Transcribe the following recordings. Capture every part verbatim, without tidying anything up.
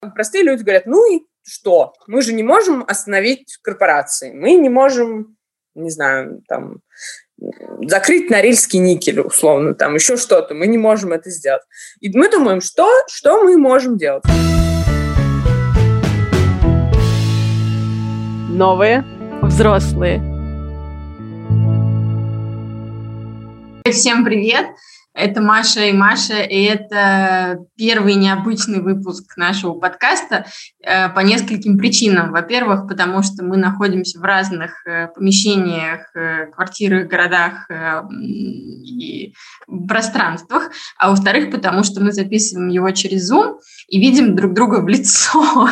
Простые люди говорят, ну и что? Мы же не можем остановить корпорации. Мы не можем, не знаю, там, закрыть Норильский никель, условно, там, еще что-то. Мы не можем это сделать. И мы думаем, что, что мы можем делать? Новые взрослые. Всем привет! Это Маша и Маша, и это первый необычный выпуск нашего подкаста э, по нескольким причинам. Во-первых, потому что мы находимся в разных э, помещениях, э, квартирах, городах э, и пространствах. А во-вторых, потому что мы записываем его через Zoom и видим друг друга в лицо.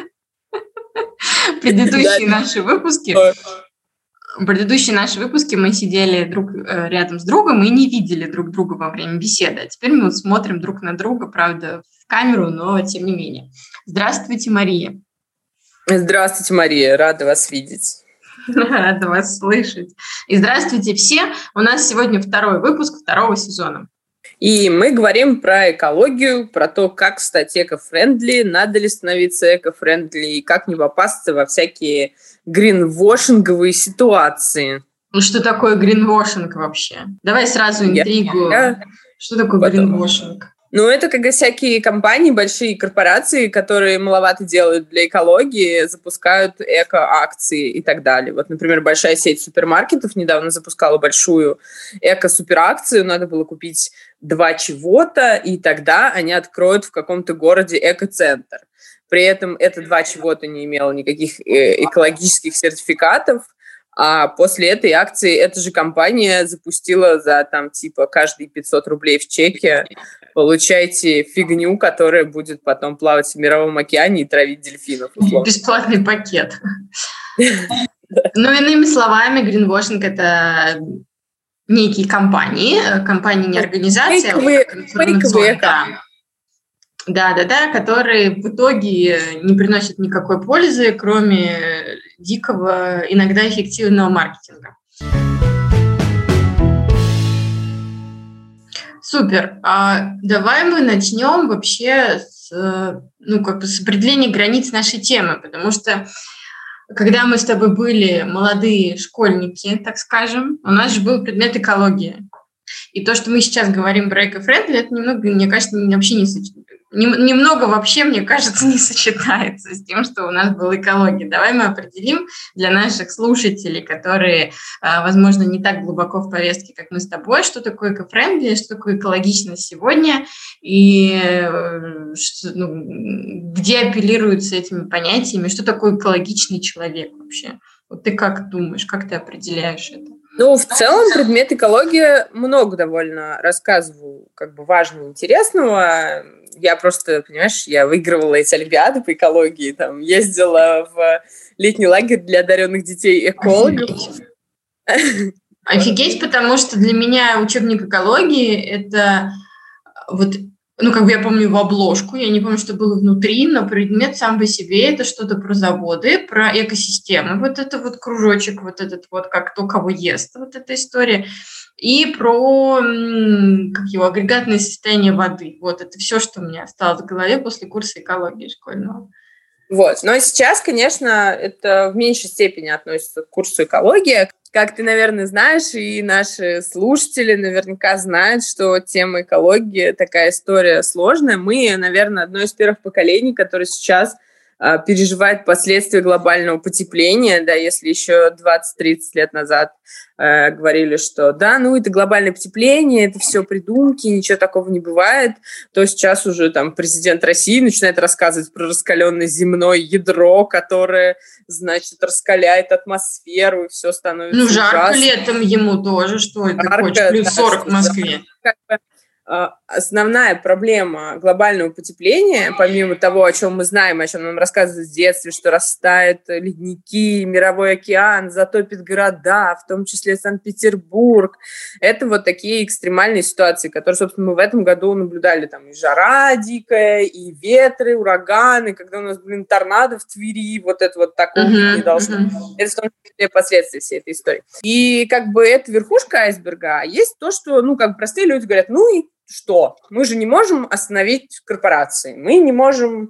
Предыдущие наши выпуски... В предыдущие наши выпуски мы сидели друг э, рядом с другом и не видели друг друга во время беседы. А теперь мы смотрим друг на друга, правда, в камеру, но тем не менее. Здравствуйте, Мария. Здравствуйте, Мария. Рада вас видеть. Рада вас слышать. И здравствуйте все. У нас сегодня второй выпуск второго сезона. И мы говорим про экологию, про то, как стать эко-френдли, надо ли становиться эко-френдли, и как не попасться во всякие гринвошинговые ситуации. Ну, что такое гринвошинг вообще? Давай сразу интригу. Я, я, что такое потом. Гринвошинг? Ну, это когда всякие компании, большие корпорации, которые маловато делают для экологии, запускают эко-акции и так далее. Вот, например, большая сеть супермаркетов недавно запускала большую эко-суперакцию. Надо было купить два чего-то, и тогда они откроют в каком-то городе эко-центр. При этом это два чего-то не имело никаких экологических сертификатов, а после этой акции эта же компания запустила за там типа каждые пятьсот рублей в чеке получайте фигню, которая будет потом плавать в Мировом океане и травить дельфинов. Условно. Бесплатный пакет. Ну, иными словами, гринвошинг – это некие компании, компании не организация. Фейковые Да, да, да, которые в итоге не приносят никакой пользы, кроме дикого, иногда эффективного маркетинга. Супер. А давай мы начнем вообще с, ну, как бы с определения границ нашей темы, потому что когда мы с тобой были молодые школьники, так скажем, у нас же был предмет экология. И то, что мы сейчас говорим про эко-френдли, это немного, мне кажется, вообще не сочетается. Немного вообще, мне кажется, не сочетается с тем, что у нас была экология. Давай мы определим для наших слушателей, которые, возможно, не так глубоко в повестке, как мы с тобой, что такое эко-френдли, что такое экологичность сегодня, и ну, где апеллируются этими понятиями, что такое экологичный человек вообще. Вот ты как думаешь, как ты определяешь это? Ну, в целом, предмет экология много довольно рассказываю, как бы важного, интересного. Я просто, понимаешь, я выигрывала эти олимпиады по экологии, там, ездила в летний лагерь для одаренных детей экологов. Офигеть. Офигеть, потому что для меня учебник экологии – это вот, ну, как бы я помню его обложку, я не помню, что было внутри, но предмет сам по себе – это что-то про заводы, про экосистемы, вот это вот кружочек, вот этот вот, как кто кого ест, вот эта история. И про, как его, агрегатное состояние воды. Вот, это все, что у меня осталось в голове после курса экологии школьного. Вот, но сейчас, конечно, это в меньшей степени относится к курсу экологии. Как ты, наверное, знаешь, и наши слушатели наверняка знают, что тема экологии такая история сложная. Мы, наверное, одно из первых поколений, которое сейчас а, переживает последствия глобального потепления. Да, если еще двадцать-тридцать лет назад а, говорили, что да, ну это глобальное потепление, это все придумки, ничего такого не бывает, то сейчас уже там президент России начинает рассказывать про раскаленное земное ядро, которое, значит, раскаляет атмосферу, и все становится Ну, жарко ужасно. Летом ему тоже, что это хочешь, плюс сорок в Москве. Основная проблема глобального потепления, помимо того, о чем мы знаем, о чем нам рассказывают с детства, что растают ледники, мировой океан, затопит города, в том числе Санкт-Петербург, это вот такие экстремальные ситуации, которые, собственно, мы в этом году наблюдали. Там и жара дикая, и ветры, ураганы, когда у нас, блин, торнадо в Твери, вот это вот такого uh-huh, не должно. Uh-huh. Это в том числе последствия всей этой истории. И как бы это верхушка айсберга, а есть то, что, ну, как простые люди говорят, ну и что? Мы же не можем остановить корпорации, мы не можем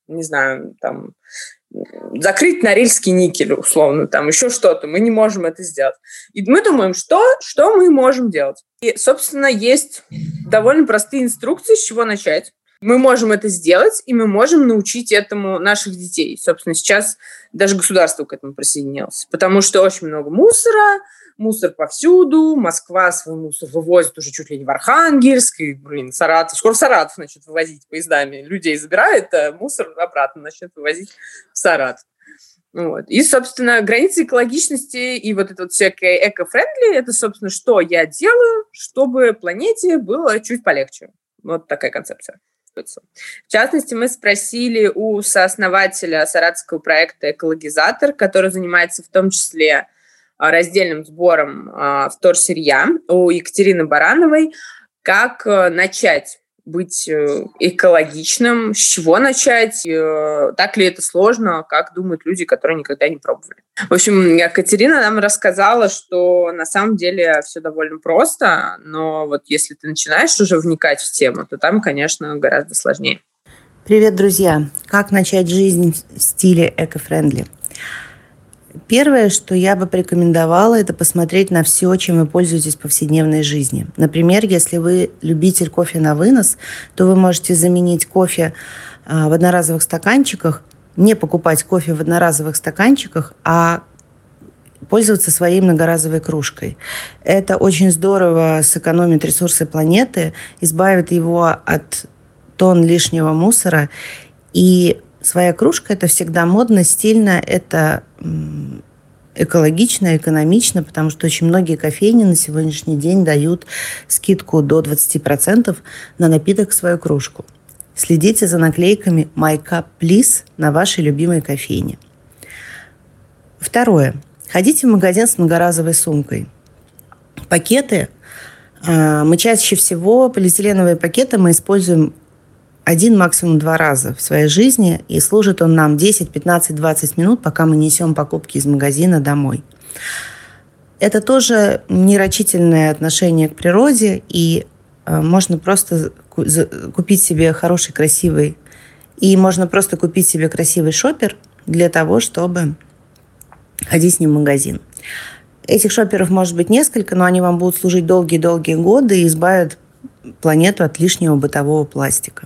не знаю, там, закрыть Норильский никель, условно, там, еще что-то. Мы не можем это сделать. И мы думаем, что, что мы можем делать. И, собственно, есть довольно простые инструкции, с чего начать. Мы можем это сделать, и мы можем научить этому наших детей. Собственно, сейчас даже государство к этому присоединилось, потому что очень много мусора, мусор повсюду, Москва свой мусор вывозит уже чуть ли не в Архангельск, и, блин, Саратов, скоро в Саратов начнет вывозить поездами, людей забирает, а мусор обратно начнет вывозить в Саратов. Вот. И, собственно, границы экологичности и вот это вот всякое эко-френдли, это, собственно, что я делаю, чтобы планете было чуть полегче. Вот такая концепция. В частности, мы спросили у сооснователя саратовского проекта «Экологизатор», который занимается в том числе раздельным сбором вторсырья, у Екатерины Барановой, как начать быть экологичным, с чего начать, так ли это сложно, как думают люди, которые никогда не пробовали. В общем, Екатерина нам рассказала, что на самом деле все довольно просто, но вот если ты начинаешь уже вникать в тему, то там, конечно, гораздо сложнее. Привет, друзья! Как начать жизнь в стиле эко-френдли? Первое, что я бы порекомендовала, это посмотреть на все, чем вы пользуетесь в повседневной жизни. Например, если вы любитель кофе на вынос, то вы можете заменить кофе в одноразовых стаканчиках, не покупать кофе в одноразовых стаканчиках, а пользоваться своей многоразовой кружкой. Это очень здорово сэкономит ресурсы планеты, избавит его от тонн лишнего мусора. И своя кружка – это всегда модно, стильно, это экологично, экономично, потому что очень многие кофейни на сегодняшний день дают скидку до двадцать процентов на напиток в свою кружку. Следите за наклейками «My Cup, Please» на вашей любимой кофейне. Второе. Ходите в магазин с многоразовой сумкой. Пакеты. Мы чаще всего полиэтиленовые пакеты мы используем один, максимум два раза в своей жизни, и служит он нам десять, пятнадцать, двадцать минут, пока мы несем покупки из магазина домой. Это тоже нерачительное отношение к природе, и э, можно просто купить себе хороший, красивый, и можно просто купить себе красивый шопер для того, чтобы ходить с ним в магазин. Этих шоперов может быть несколько, но они вам будут служить долгие-долгие годы и избавят планету от лишнего бытового пластика.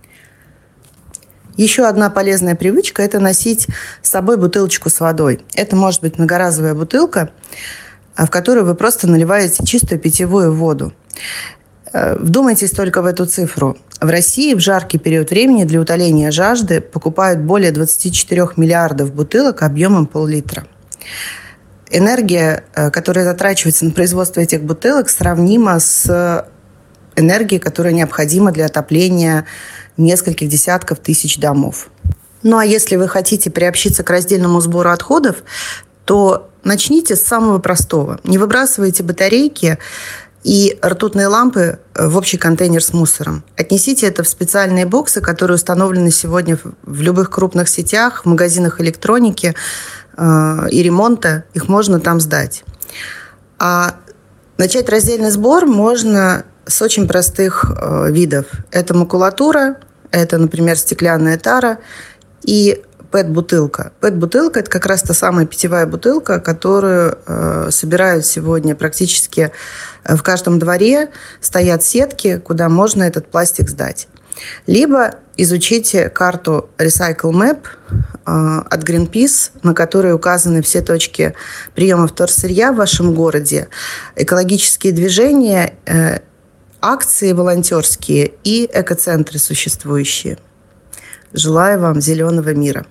Еще одна полезная привычка – это носить с собой бутылочку с водой. Это может быть многоразовая бутылка, в которую вы просто наливаете чистую питьевую воду. Вдумайтесь только в эту цифру. В России в жаркий период времени для утоления жажды покупают более двадцать четыре миллиардов бутылок объемом пол-литра. Энергия, которая затрачивается на производство этих бутылок, сравнима с энергией, которая необходима для отопления нескольких десятков тысяч домов. Ну а если вы хотите приобщиться к раздельному сбору отходов, то начните с самого простого. Не выбрасывайте батарейки и ртутные лампы в общий контейнер с мусором. Отнесите это в специальные боксы, которые установлены сегодня в любых крупных сетях, в магазинах электроники э, и ремонта. Их можно там сдать. А начать раздельный сбор можно с очень простых э, видов. Это макулатура, это, например, стеклянная тара и пэт-бутылка. Пэт-бутылка – это как раз та самая питьевая бутылка, которую э, собирают сегодня практически в каждом дворе. Стоят сетки, куда можно этот пластик сдать. Либо изучите карту Recycle Map э, от Greenpeace, на которой указаны все точки приема вторсырья в вашем городе, экологические движения, э, акции волонтерские и экоцентры существующие. Желаю вам зеленого мира.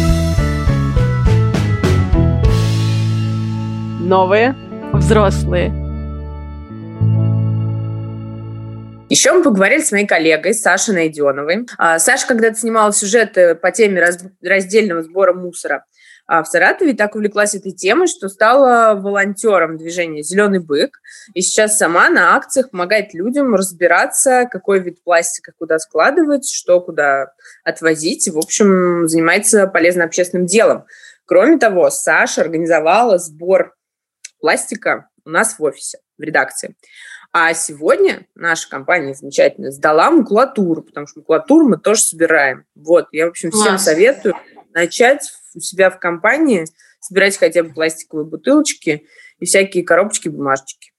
Новые взрослые. Еще мы поговорили с моей коллегой Сашей Найденовой. Саша когда-то снимала сюжеты по теме раздельного сбора мусора в Саратове, так увлеклась этой темой, что стала волонтером движения «Зеленый бык». И сейчас сама на акциях помогает людям разбираться, какой вид пластика куда складывать, что куда отвозить. И, в общем, занимается полезным общественным делом. Кроме того, Саша организовала сбор пластика у нас в офисе, в редакции. А сегодня наша компания замечательно сдала макулатуру, потому что макулатуру мы тоже собираем. Вот, я, в общем, всем Класс. советую начать у себя в компании собирать хотя бы пластиковые бутылочки и всякие коробочки, бумажечки.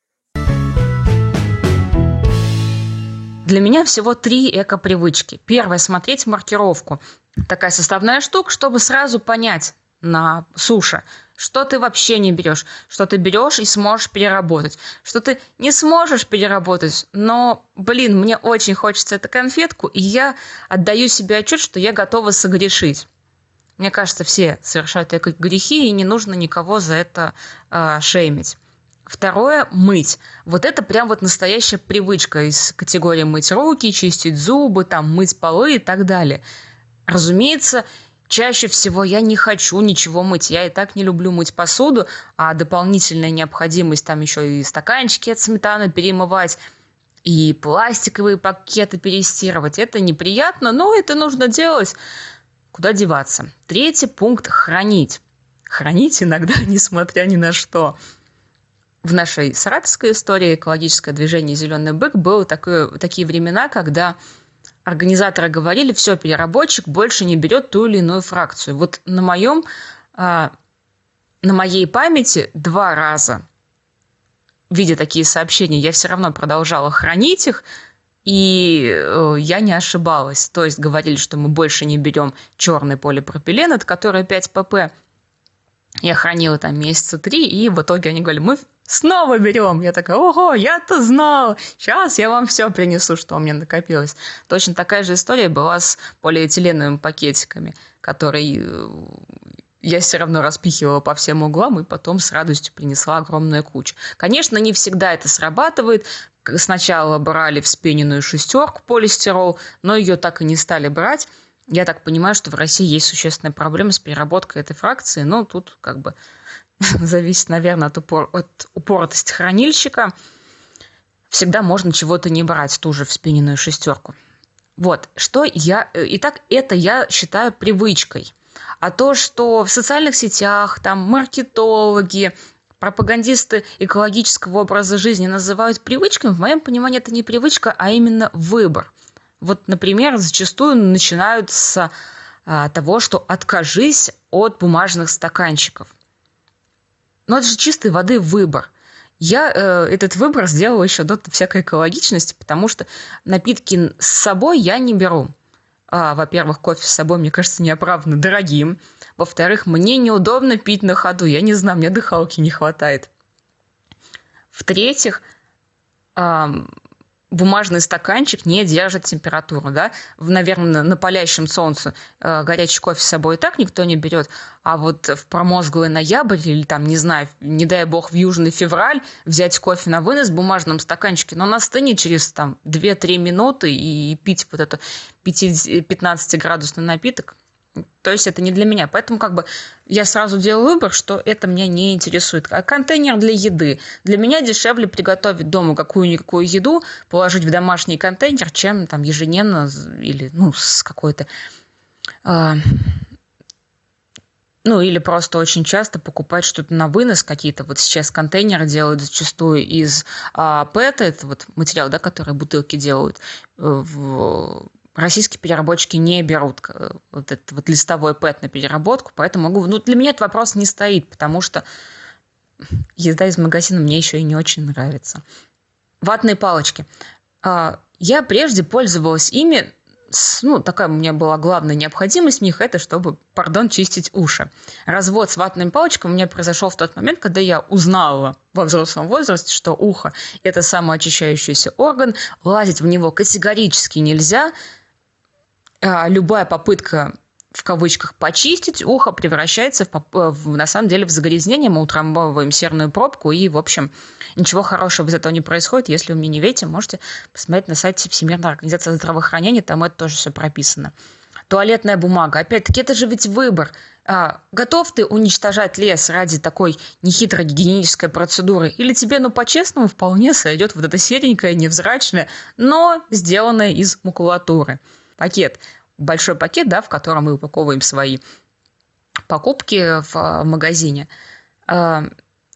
Для меня всего три эко-привычки. Первое – смотреть маркировку. Такая составная штука, чтобы сразу понять на суше, что ты вообще не берешь, что ты берешь и сможешь переработать, что ты не сможешь переработать, но, блин, мне очень хочется эту конфетку, и я отдаю себе отчет, что я готова согрешить. Мне кажется, все совершают эко-грехи, и не нужно никого за это э, шеймить. Второе – мыть. Вот это прям вот настоящая привычка из категории мыть руки, чистить зубы, там, мыть полы и так далее. Разумеется, чаще всего я не хочу ничего мыть. Я и так не люблю мыть посуду, а дополнительная необходимость там еще и стаканчики от сметаны перемывать, и пластиковые пакеты перестирывать. Это неприятно, но это нужно делать. Куда деваться? Третий пункт – хранить. Хранить иногда, несмотря ни на что. В нашей саратовской истории экологическое движение «Зеленый бык» было такое, такие времена, когда организаторы говорили: все, переработчик больше не берет ту или иную фракцию. Вот на моем, на моей памяти два раза, видя такие сообщения, я все равно продолжала хранить их, и я не ошибалась. То есть говорили, что мы больше не берем черный полипропилен, от которого пять пэ пэ. Я хранила там месяца три, и в итоге они говорили: мы снова берем. Я такая: ого, я-то знала. Сейчас я вам все принесу, что у меня накопилось. Точно такая же история была с полиэтиленовыми пакетиками, которые я все равно распихивала по всем углам и потом с радостью принесла огромную кучу. Конечно, не всегда это срабатывает. Сначала брали вспененную шестерку полистирол, но ее так и не стали брать. Я так понимаю, что в России есть существенная проблема с переработкой этой фракции, но тут как бы зависит, наверное, от, упор... от упоротости хранильщика. Всегда можно чего-то не брать, ту же вспененную шестерку. Вот, что я... Итак, это я считаю привычкой. А то, что в социальных сетях там маркетологи, пропагандисты экологического образа жизни называют привычками, в моем понимании это не привычка, а именно выбор. Вот, например, зачастую начинают с а, того, что откажись от бумажных стаканчиков. Но это же чистой воды выбор. Я э, этот выбор сделала еще до всякой экологичности, потому что напитки с собой я не беру. А, во-первых, кофе с собой, мне кажется, неоправданно дорогим. Во-вторых, мне неудобно пить на ходу. Я не знаю, мне дыхалки не хватает. В-третьих, э, бумажный стаканчик не держит температуру, да, наверное, на палящем солнце э, горячий кофе с собой и так никто не берет, а вот в промозглый ноябрь или там, не знаю, не дай бог, в южный февраль взять кофе на вынос в бумажном стаканчике, но он остынет через там две-три минуты и пить вот этот пятнадцатиградусный напиток. То есть это не для меня. Поэтому как бы я сразу делаю выбор, что это меня не интересует. А контейнер для еды. Для меня дешевле приготовить дома какую-никакую еду, положить в домашний контейнер, чем там ежедневно или ну, с какой-то... Э, ну, или просто очень часто покупать что-то на вынос какие-то. Вот сейчас контейнеры делают зачастую из э, пэта, это вот материал, да, который бутылки делают, э, в... Российские переработчики не берут вот этот вот листовой пэт на переработку, поэтому могу... Ну, для меня этот вопрос не стоит, потому что езда из магазина мне еще и не очень нравится. Ватные палочки. Я прежде пользовалась ими, ну, такая у меня была главная необходимость в них, это чтобы, пардон, чистить уши. Развод с ватными палочками у меня произошел в тот момент, когда я узнала во взрослом возрасте, что ухо – это самоочищающийся орган, лазить в него категорически нельзя. Любая попытка, в кавычках, почистить ухо превращается в, в, на самом деле в загрязнение. Мы утрамбовываем серную пробку, и, в общем, ничего хорошего из этого не происходит. Если вы мне не верите, можете посмотреть на сайте Всемирной организации здравоохранения, там это тоже все прописано. Туалетная бумага. Опять-таки, это же ведь выбор. А, готов ты уничтожать лес ради такой нехитрой гигиенической процедуры? Или тебе, ну, по-честному, вполне сойдет вот эта серенькая, невзрачная, но сделанная из макулатуры. Пакет. Большой пакет, да, в котором мы упаковываем свои покупки в магазине.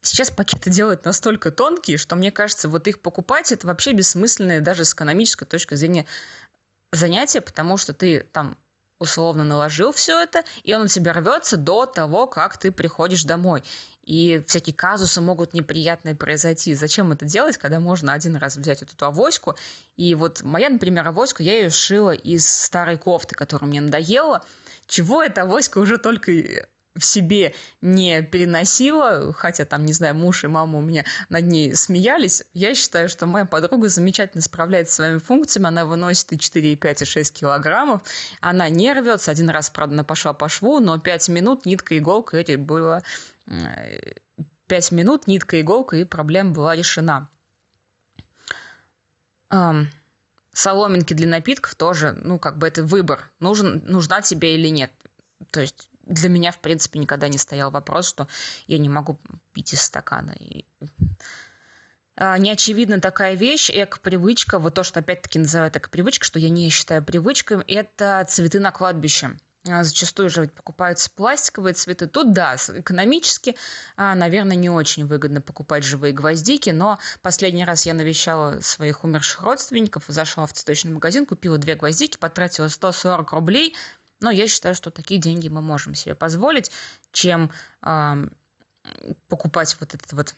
сейчас пакеты делают настолько тонкие, что, мне кажется, вот их покупать – это вообще бессмысленное даже с экономической точки зрения занятие, потому что ты там условно наложил все это, и он у тебя рвется до того, как ты приходишь домой. И всякие казусы могут неприятные произойти. Зачем это делать, когда можно один раз взять вот эту авоську? И вот моя, например, авоська, я ее сшила из старой кофты, которая мне надоела. Чего эта авоська уже только в себе не переносила, хотя там, не знаю, муж и мама у меня над ней смеялись. Я считаю, что моя подруга замечательно справляется с своими функциями, она выносит и четыре, и пять, и шесть килограммов, она не рвется, один раз, правда, она пошла по шву, но пять минут нитка, иголка, это было пять минут, нитка, иголка, и проблема была решена. Соломинки для напитков тоже, ну, как бы это выбор, нужен, нужна тебе или нет. То есть для меня, в принципе, никогда не стоял вопрос, что я не могу пить из стакана. И... А, неочевидна такая вещь, эко-привычка, вот то, что опять-таки называют эко-привычкой, что я не считаю привычкой, это цветы на кладбище. А, зачастую же покупаются пластиковые цветы. Тут, да, экономически, а, наверное, не очень выгодно покупать живые гвоздики, но последний раз я навещала своих умерших родственников, зашла в цветочный магазин, купила две гвоздики, потратила сто сорок рублей. Но я считаю, что такие деньги мы можем себе позволить, чем э, покупать вот этот вот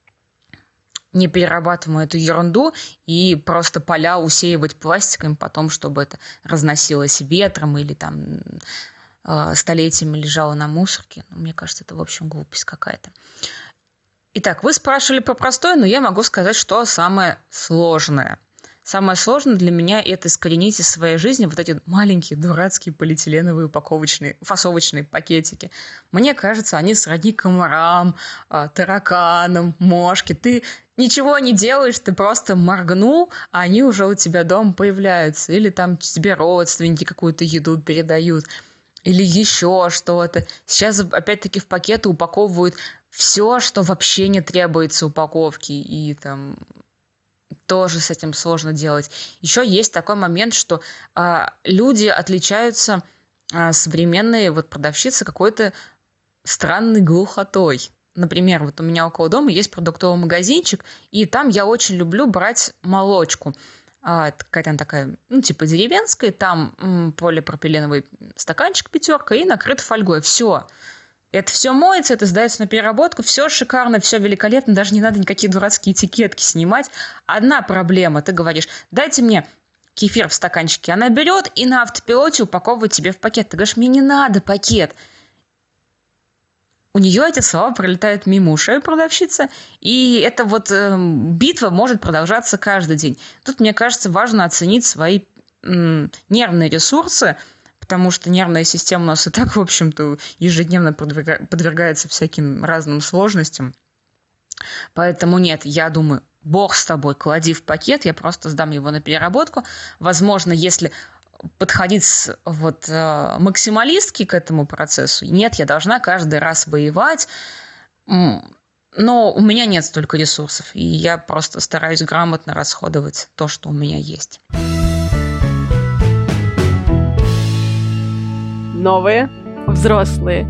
неперерабатываемую эту ерунду и просто поля усеивать пластиком потом, чтобы это разносилось ветром или там э, столетиями лежало на мусорке. Ну, мне кажется, это, в общем, глупость какая-то. Итак, вы спрашивали про простое, но я могу сказать, что самое сложное. Самое сложное для меня – это искоренить из своей жизни вот эти маленькие дурацкие полиэтиленовые упаковочные, фасовочные пакетики. Мне кажется, они сродни комарам, тараканам, мошке. Ты ничего не делаешь, ты просто моргнул, а они уже у тебя дома появляются. Или там тебе родственники какую-то еду передают. Или еще что-то. Сейчас, опять-таки, в пакеты упаковывают все, что вообще не требуется упаковки. И там... тоже с этим сложно делать. Еще есть такой момент, что а, люди отличаются, а, современные вот продавщицы, какой-то странной глухотой. Например, вот у меня около дома есть продуктовый магазинчик, и там я очень люблю брать молочку. А, какая-то она такая, ну, типа деревенская, там м, полипропиленовый стаканчик пятерка и накрыт фольгой. Все. Это все моется, это сдается на переработку, все шикарно, все великолепно, даже не надо никакие дурацкие этикетки снимать. Одна проблема, ты говоришь, дайте мне кефир в стаканчике, она берет и на автопилоте упаковывает тебе в пакет. Ты говоришь, мне не надо пакет. У нее эти слова пролетают мимо ушей продавщицы, и эта вот э, битва может продолжаться каждый день. Тут, мне кажется, важно оценить свои м, нервные ресурсы, потому что нервная система у нас и так, в общем-то, ежедневно подвергается всяким разным сложностям. Поэтому нет, я думаю, бог с тобой, клади в пакет, я просто сдам его на переработку. Возможно, если подходить вот, максималистски к этому процессу, нет, я должна каждый раз воевать, но у меня нет столько ресурсов, и я просто стараюсь грамотно расходовать то, что у меня есть. Новые взрослые.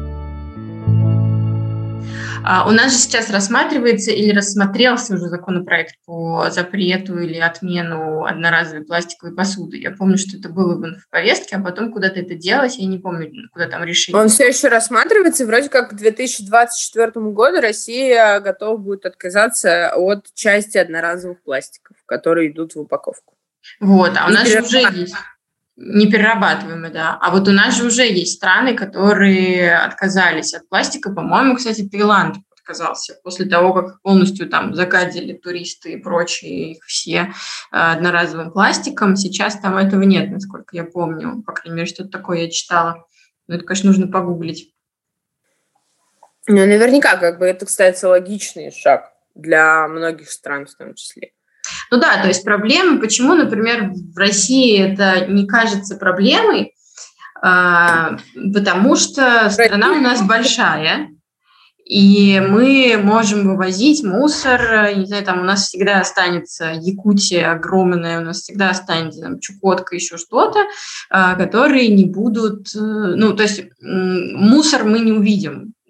А у нас же сейчас рассматривается или рассмотрелся уже законопроект по запрету или отмену одноразовой пластиковой посуды. Я помню, что это было в инфоповестке, а потом куда-то это делось, я не помню, куда там решили. Он все еще рассматривается, вроде как к две тысячи двадцать четвёртому году Россия готова будет отказаться от части одноразовых пластиков, которые идут в упаковку. Вот, а у И нас же уже есть... Неперерабатываемые, да. А вот у нас же уже есть страны, которые отказались от пластика. По-моему, кстати, Таиланд отказался после того, как полностью там загадили туристы и прочие их все одноразовым пластиком. Сейчас там этого нет, насколько я помню. По крайней мере, что-то такое я читала. Но это, конечно, нужно погуглить. Ну, наверняка, как бы это, кстати, логичный шаг для многих стран в том числе. Ну да, то есть проблема, почему, например, в России это не кажется проблемой, а, потому что страна у нас большая, и мы можем вывозить мусор, не знаю, там у нас всегда останется Якутия огромная, у нас всегда останется там, Чукотка, еще что-то, а, которые не будут, ну, то есть мусор мы не увидим.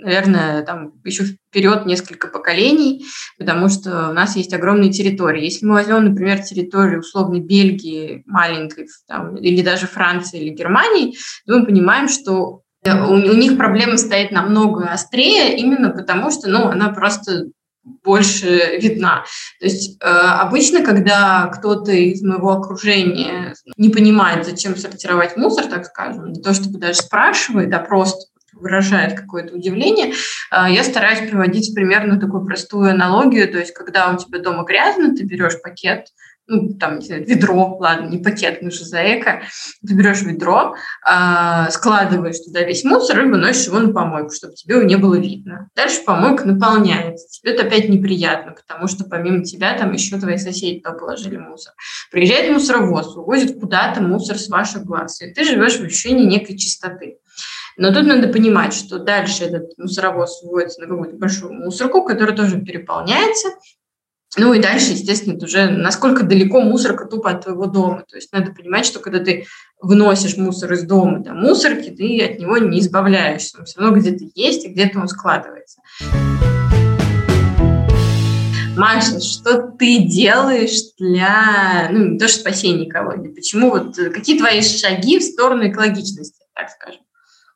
наверное, там еще вперед несколько поколений, потому что у нас есть огромные территории. Если мы возьмем, например, территорию условной Бельгии маленькой, там, или даже Франции или Германии, то мы понимаем, что у, у них проблема стоит намного острее, именно потому что, ну, она просто больше видна. То есть э, обычно, когда кто-то из моего окружения не понимает, зачем сортировать мусор, так скажем, не то чтобы даже спрашивает, а просто выражает какое-то удивление, э, я стараюсь приводить примерно такую простую аналогию. То есть когда у тебя дома грязно, ты берешь пакет, ну, там, не знаю, ведро, ладно, не пакет, мы же за эко, ты берешь ведро, э, складываешь туда весь мусор и выносишь его на помойку, чтобы тебе его не было видно. Дальше помойка наполняется. Тебе это опять неприятно, потому что помимо тебя там еще твои соседи туда положили мусор. Приезжает мусоровоз, увозит куда-то мусор с ваших глаз, и ты живешь в ощущении некой чистоты. Но тут надо понимать, что дальше этот мусоровоз уводится на какую-то большую мусорку, которая тоже переполняется. Ну и дальше, естественно, это уже насколько далеко мусорка тупо от твоего дома. То есть надо понимать, что когда ты выносишь мусор из дома до мусорки, ты от него не избавляешься. Он все равно где-то есть и где-то он складывается. Маша, что ты делаешь для, ну, не то что спасения экологии, почему вот, какие твои шаги в сторону экологичности, так скажем?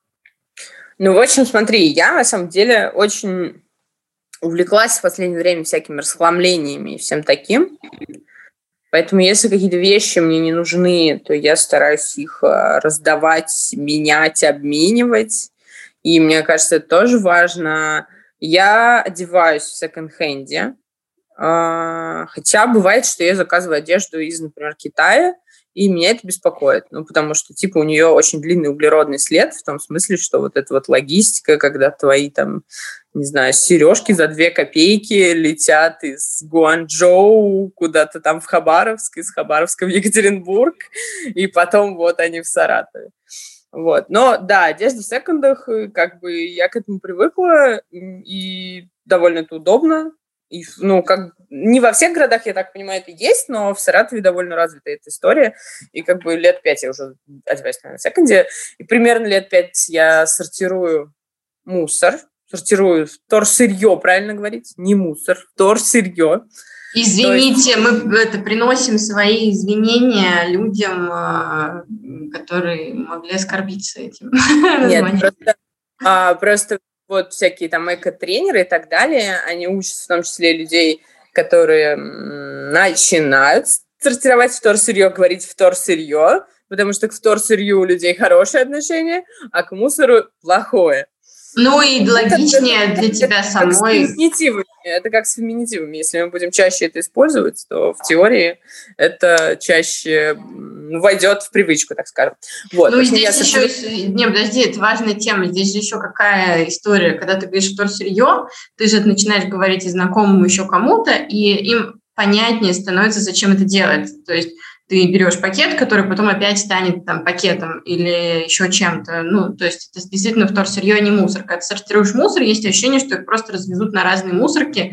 Ну, в общем, смотри, я на самом деле очень увлеклась в последнее время всякими расхламлениями и всем таким. Поэтому если какие-то вещи мне не нужны, то я стараюсь их раздавать, менять, обменивать. И мне кажется, это тоже важно. Я одеваюсь в секонд-хенде. Хотя бывает, что я заказываю одежду из, например, Китая, и меня это беспокоит, ну, потому что, типа, у нее очень длинный углеродный след, в том смысле, что вот эта вот логистика, когда твои, там, не знаю, сережки за две копейки летят из Гуанчжоу куда-то там в Хабаровск, из Хабаровска в Екатеринбург, и потом вот они в Саратове. Вот. Но, да, одежда в секондах, как бы, я к этому привыкла, и довольно это удобно. И, ну, как не во всех городах, я так понимаю, это есть, но в Саратове довольно развита эта история. И как бы лет пять я уже одеваюсь на секонде. И примерно лет пять я сортирую мусор. Сортирую вторсырье, правильно говорить? Не мусор, вторсырье. Извините, есть... мы это, приносим свои извинения людям, которые могли оскорбиться этим. Нет, просто, а, просто вот всякие там эко-тренеры и так далее, они учат в том числе людей, которые начинают сортировать вторсырье, говорить вторсырье, потому что к вторсырью у людей хорошее отношение, а к мусору плохое. Ну и логичнее для тебя самой. Как с феминитивами. Это как с феминитивами. Если мы будем чаще это использовать, то в теории это чаще войдет в привычку, так скажем. Вот. Ну и здесь еще... Сочет... Не, подожди, это важная тема. Здесь же еще какая история. Когда ты говоришь вторсырье, ты же начинаешь говорить и знакомому еще кому-то, и им понятнее становится, зачем это делается. То есть ты берешь пакет, который потом опять станет там пакетом или еще чем-то. Ну, то есть это действительно вторсырье, а не мусор. Когда ты сортируешь мусор, есть ощущение, что их просто развезут на разные мусорки,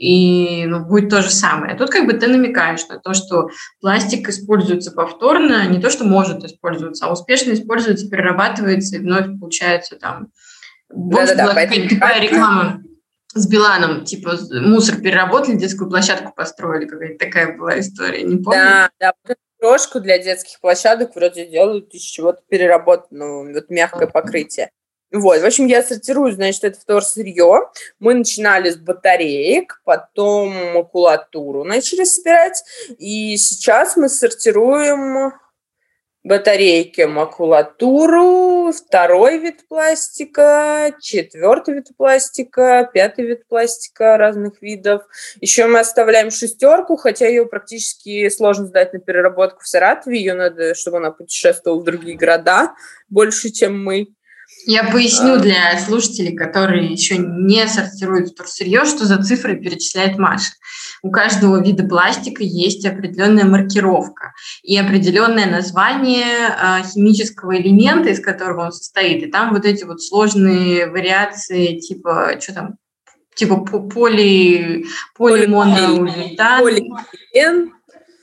и ну, будет то же самое. А тут как бы ты намекаешь на то, что пластик используется повторно, не то, что может использоваться, а успешно используется, перерабатывается, и вновь получается там... Больше была какая-то тупая реклама с Биланом, типа мусор переработали, детскую площадку построили, какая-то такая была история, не помню? Да, да, вот эту крошку для детских площадок вроде делают из чего-то переработанного, вот мягкое покрытие. Вот, в общем, я сортирую, значит, это вторсырье. Мы начинали с батареек, потом макулатуру начали собирать, и сейчас мы сортируем... батарейки, макулатуру, второй вид пластика, четвертый вид пластика, пятый вид пластика разных видов. Еще мы оставляем шестерку, хотя ее практически сложно сдать на переработку в Саратове. Ее надо, чтобы она путешествовала в другие города больше, чем мы. Я поясню для слушателей, которые еще не сортируют вторсырье, что за цифры перечисляет Маша. У каждого вида пластика есть определенная маркировка и определенное название э, химического элемента, из которого он состоит. И там вот эти вот сложные вариации, типа, что там, типа поли, полимоноуретан. Полиэтилен.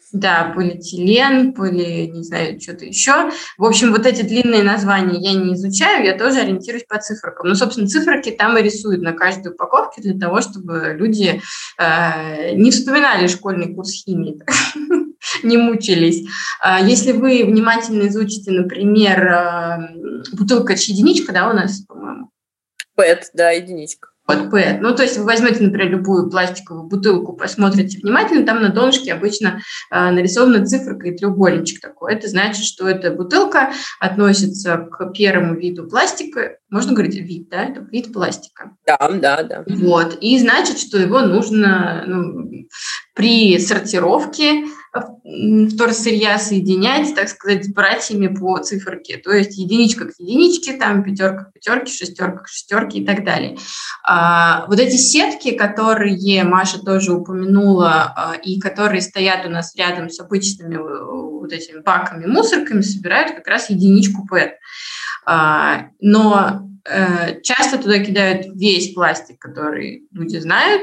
Да, полиэтилен, поли, не знаю, что-то еще. В общем, вот эти длинные названия я не изучаю, я тоже ориентируюсь по циферкам. Ну, собственно, циферки там и рисуют на каждой упаковке для того, чтобы люди э, не вспоминали школьный курс химии, не мучились. Если вы внимательно изучите, например, бутылка единичка, да, у нас, по-моему? пэт, да, единичка. Вот пэт. Ну, то есть вы возьмете, например, любую пластиковую бутылку, посмотрите внимательно, там на донышке обычно э, нарисована циферка и треугольничек такой. Это значит, что эта бутылка относится к первому виду пластика. Можно говорить вид, да? Это вид пластика. Да, да, да. Вот. И значит, что его нужно ну, при сортировке вторсырья соединять, так сказать, с братьями по циферке. То есть единичка к единичке, там пятерка к пятерке, шестерка к шестерке и так далее. А, вот эти сетки, которые Маша тоже упомянула, а, и которые стоят у нас рядом с обычными вот этими баками, мусорками, собирают как раз единичку пэт. А, но э, часто туда кидают весь пластик, который люди знают.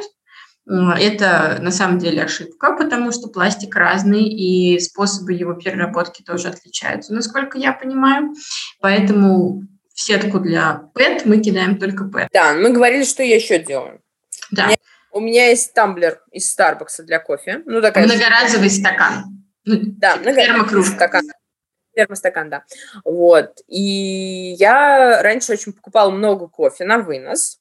Это на самом деле ошибка, потому что пластик разный, и способы его переработки тоже отличаются, насколько я понимаю. Поэтому в сетку для пэт мы кидаем только пэт. Да, мы говорили, что я еще делаю. Да. У меня, у меня есть тамблер из Starbucks для кофе. Ну, такая многоразовый штука. Стакан. Ну, да, типа термокружка. Стакан. Термостакан, да. Вот. И я раньше очень покупала много кофе на вынос.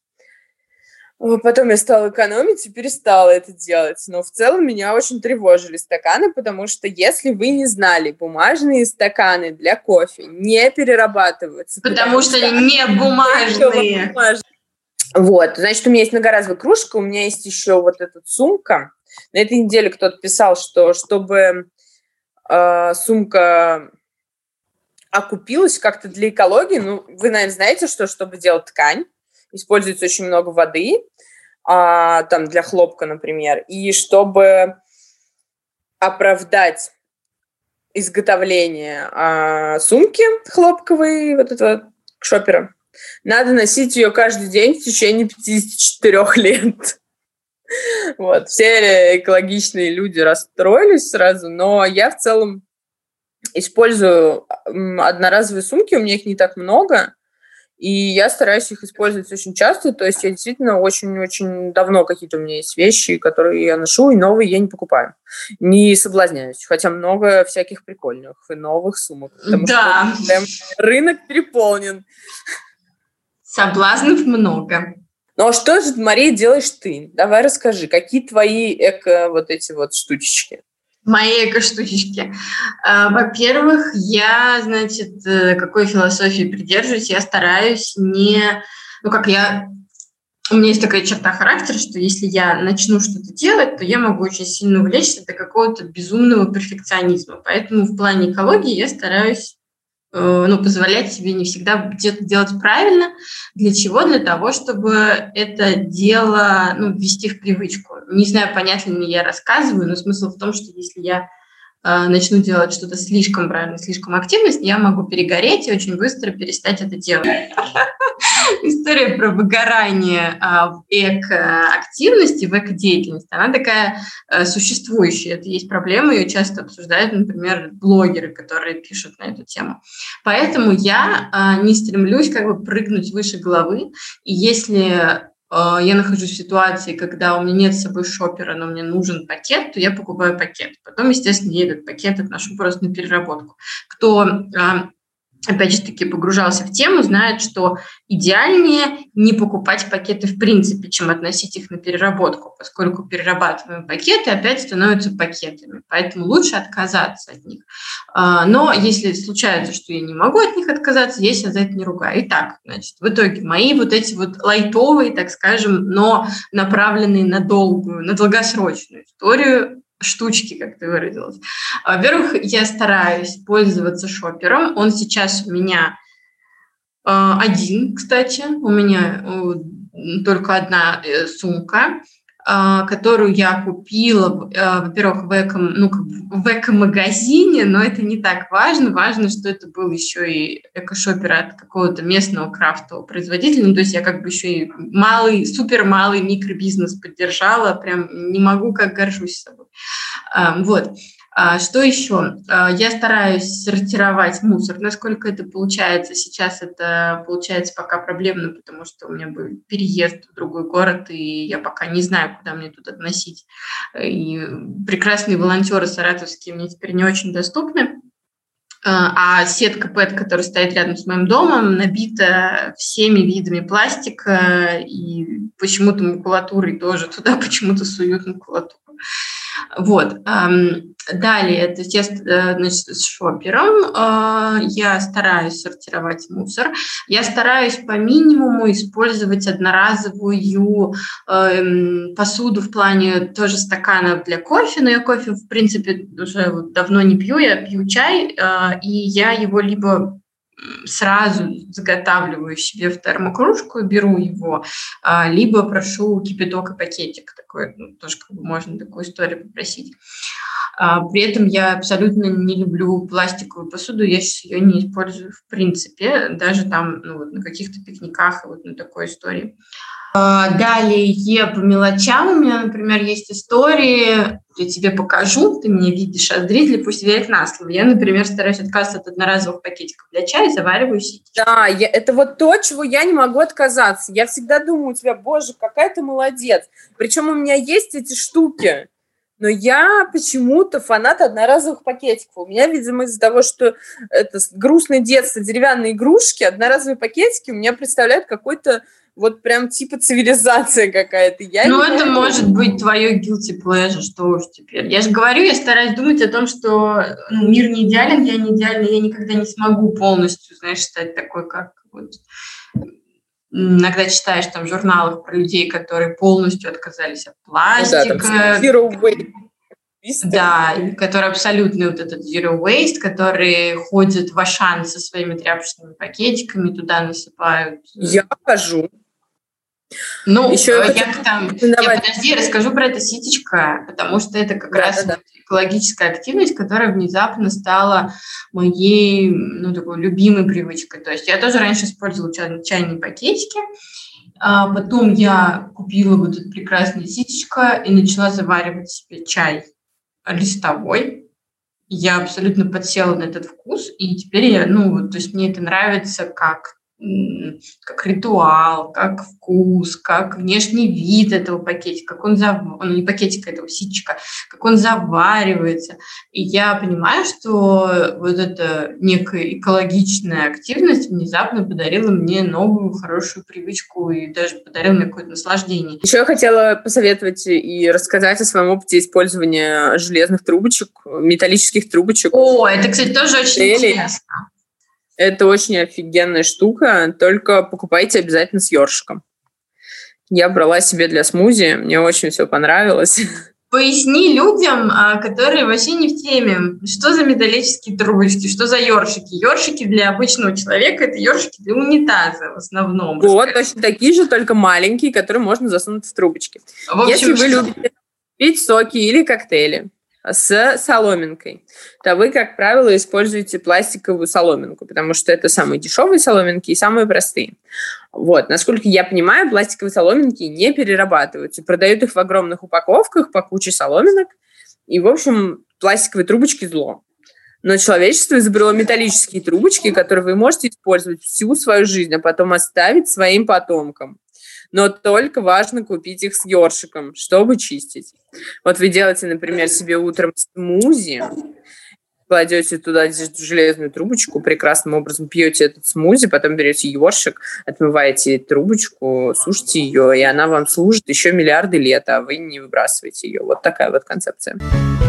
Потом я стала экономить и перестала это делать. Но в целом меня очень тревожили стаканы, потому что, если вы не знали, бумажные стаканы для кофе не перерабатываются. Потому, потому что они не бумажные. Вот, значит, у меня есть многоразовая кружка, у меня есть еще вот эта сумка. На этой неделе кто-то писал, что чтобы э, сумка окупилась как-то для экологии, ну, вы, наверное, знаете, что чтобы делать ткань, используется очень много воды, а, там для хлопка, например, и чтобы оправдать изготовление а, сумки хлопковой, вот этого шопера, надо носить ее каждый день в течение пятьдесят четыре лет. Вот. Все экологичные люди расстроились сразу, но я в целом использую одноразовые сумки, у меня их не так много, и я стараюсь их использовать очень часто, то есть я действительно очень-очень давно какие-то у меня есть вещи, которые я ношу, и новые я не покупаю. Не соблазняюсь, хотя много всяких прикольных и новых сумок, потому да. что прям рынок переполнен. Соблазнов много. Ну а что же, Мария, делаешь ты? Давай расскажи, какие твои эко вот эти вот штучечки? Мои эко-штучечки. Во-первых, я, значит, какой философии придерживаюсь? Я стараюсь не... Ну, как я... У меня есть такая черта характера, что если я начну что-то делать, то я могу очень сильно увлечься до какого-то безумного перфекционизма. Поэтому в плане экологии я стараюсь ну, позволять себе не всегда где-то делать правильно. Для чего? Для того, чтобы это дело ну, ввести в привычку. Не знаю, понятно ли я рассказываю, но смысл в том, что если я э, начну делать что-то слишком правильно, слишком активно, я могу перегореть и очень быстро перестать это делать. История про выгорание в эко-активности, в эко-деятельности, она такая существующая. Это есть проблема, ее часто обсуждают, например, блогеры, которые пишут на эту тему. Поэтому я не стремлюсь как бы прыгнуть выше головы, и если я нахожусь в ситуации, когда у меня нет с собой шопера, но мне нужен пакет, то я покупаю пакет. Потом, естественно, я этот пакет отношу просто на переработку. Кто... опять же таки, погружался в тему, знает, что идеальнее не покупать пакеты в принципе, чем относить их на переработку, поскольку перерабатываемые пакеты опять становятся пакетами, поэтому лучше отказаться от них. Но если случается, что я не могу от них отказаться, я себя за это не ругаю. Итак, значит, в итоге мои вот эти вот лайтовые, так скажем, но направленные на долгую, на долгосрочную историю, штучки, как ты выразилась. Во-первых, я стараюсь пользоваться шопером. Он сейчас у меня э, один, кстати. У меня э, только одна э, сумка, э, которую я купила, э, во-первых, в, эко, ну, в эко-магазине, но это не так важно. Важно, что это был еще и эко-шопер от какого-то местного крафтового производителя. Ну, то есть я как бы еще и малый, супер малый микробизнес поддержала. Прям не могу, как горжусь собой. Вот. А, что еще? А, я стараюсь сортировать мусор. Насколько это получается? Сейчас это получается пока проблемно, потому что у меня был переезд в другой город, и я пока не знаю, куда мне тут относить. И прекрасные волонтеры саратовские мне теперь не очень доступны. А сетка пэт, которая стоит рядом с моим домом, набита всеми видами пластика и почему-то макулатурой тоже. Туда почему-то суют макулатуру. Вот. Далее, то есть я, значит, с шопером я стараюсь сортировать мусор. Я стараюсь по минимуму использовать одноразовую посуду в плане тоже стаканов для кофе, но я кофе, в принципе, уже вот давно не пью, я пью чай, и я его либо сразу заготавливаю себе в термокружку, беру его, либо прошу кипяток и пакетик. Такой, ну, тоже как бы можно такую историю попросить. При этом я абсолютно не люблю пластиковую посуду, я сейчас ее не использую в принципе, даже там ну, вот на каких-то пикниках, вот на такой истории. Далее по мелочам у меня, например, есть истории, я тебе покажу, ты меня видишь, а зрители пусть верят на слово. Я, например, стараюсь отказываться от одноразовых пакетиков для чая, завариваю ситечку. Да, я, это вот то, чего я не могу отказаться. Я всегда думаю у тебя, боже, какая ты молодец. Причем у меня есть эти штуки, но я почему-то фанат одноразовых пакетиков. У меня, видимо, из-за того, что это грустное детство, деревянные игрушки, одноразовые пакетики у меня представляют какой-то вот прям типа цивилизация какая-то. Я ну, это могу... может быть твое guilty pleasure, что уж теперь. Я же говорю, я стараюсь думать о том, что ну, мир не идеален, я не идеальна, я никогда не смогу полностью, знаешь, стать такой, как вот... Иногда читаешь там в журналах про людей, которые полностью отказались от пластика. Ну, да, zero waste. Да, которые абсолютно вот этот zero waste, которые ходят в Ашан со своими тряпочными пакетиками, туда насыпают. Я хожу. Ну, Еще я, я там, я, подожди, расскажу про это ситечко, потому что это как да, раз да, да. экологическая активность, которая внезапно стала моей, ну, такой любимой привычкой. То есть я тоже раньше использовала чай, чайные пакетики, а потом я купила вот это прекрасное ситечко и начала заваривать себе чай листовой. Я абсолютно подсела на этот вкус, и теперь я, ну, то есть мне это нравится как как ритуал, как вкус, как внешний вид этого пакетика, как он зав... ну, не пакетика, этого ситечка, как он заваривается. И я понимаю, что вот эта некая экологичная активность внезапно подарила мне новую хорошую привычку и даже подарила мне какое-то наслаждение. Еще я хотела посоветовать и рассказать о своем опыте использования железных трубочек, металлических трубочек. О, это, кстати, тоже очень интересно. Это очень офигенная штука, только покупайте обязательно с ёршиком. Я брала себе для смузи, мне очень все понравилось. Поясни людям, которые вообще не в теме, что за металлические трубочки, что за ёршики. Ёршики для обычного человека – это ёршики для унитаза в основном. Вот, точно такие же, только маленькие, которые можно засунуть в трубочки. В общем, Если вы любите пить соки или коктейли с соломинкой, то вы, как правило, используете пластиковую соломинку, потому что это самые дешевые соломинки и самые простые. Вот. Насколько я понимаю, пластиковые соломинки не перерабатываются, продают их в огромных упаковках по куче соломинок, и, в общем, пластиковые трубочки зло. Но человечество изобрело металлические трубочки, которые вы можете использовать всю свою жизнь, а потом оставить своим потомкам. Но только важно купить их с ёршиком, чтобы чистить. Вот вы делаете, например, себе утром смузи, кладете туда железную трубочку, прекрасным образом пьете этот смузи, потом берете ёршик, отмываете трубочку, сушите ее, и она вам служит еще миллиарды лет, а вы не выбрасываете ее. Вот такая вот концепция.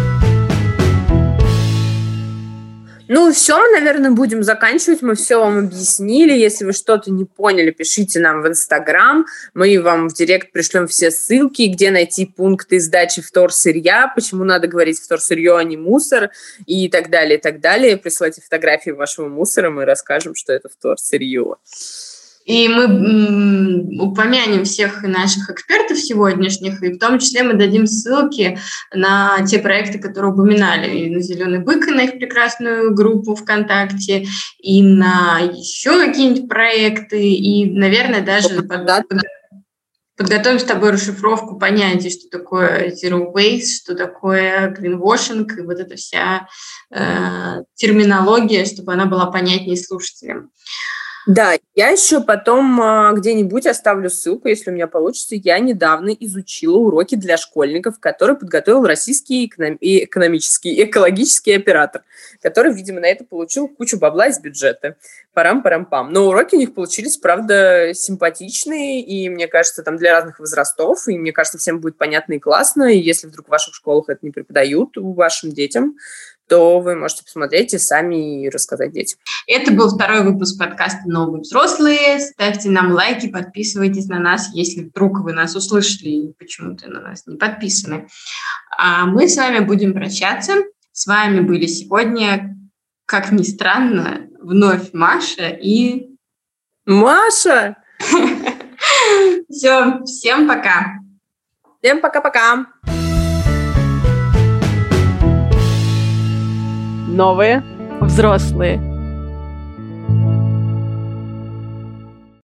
Ну, все, мы, наверное, будем заканчивать. Мы все вам объяснили. Если вы что-то не поняли, пишите нам в Инстаграм. Мы вам в директ пришлем все ссылки, где найти пункты сдачи вторсырья, почему надо говорить вторсырье, а не мусор, и так далее, и так далее. Присылайте фотографии вашего мусора, мы расскажем, что это вторсырье. И мы м, упомянем всех наших экспертов сегодняшних, и в том числе мы дадим ссылки на те проекты, которые упоминали, и на «Зеленый бык», и на их прекрасную группу ВКонтакте, и на еще какие-нибудь проекты, и, наверное, даже... Под, под, Подготовим с тобой расшифровку понятий, что такое zero waste, что такое greenwashing, и вот эта вся э, терминология, чтобы она была понятнее слушателям. Да, я еще потом а, где-нибудь оставлю ссылку, если у меня получится. Я недавно изучила уроки для школьников, которые подготовил российский эконом... экономический экологический оператор, который, видимо, на это получил кучу бабла из бюджета. Парам-парам-пам. Но уроки у них получились, правда, симпатичные, и, мне кажется, там для разных возрастов, и, мне кажется, всем будет понятно и классно, и если вдруг в ваших школах это не преподают вашим детям, то вы можете посмотреть и сами рассказать детям. Это был второй выпуск подкаста «Новые взрослые». Ставьте нам лайки, подписывайтесь на нас, если вдруг вы нас услышали и почему-то на нас не подписаны. А мы с вами будем прощаться. С вами были сегодня, как ни странно, вновь Маша и... Маша! Все, всем пока! Всем пока-пока! Новые взрослые.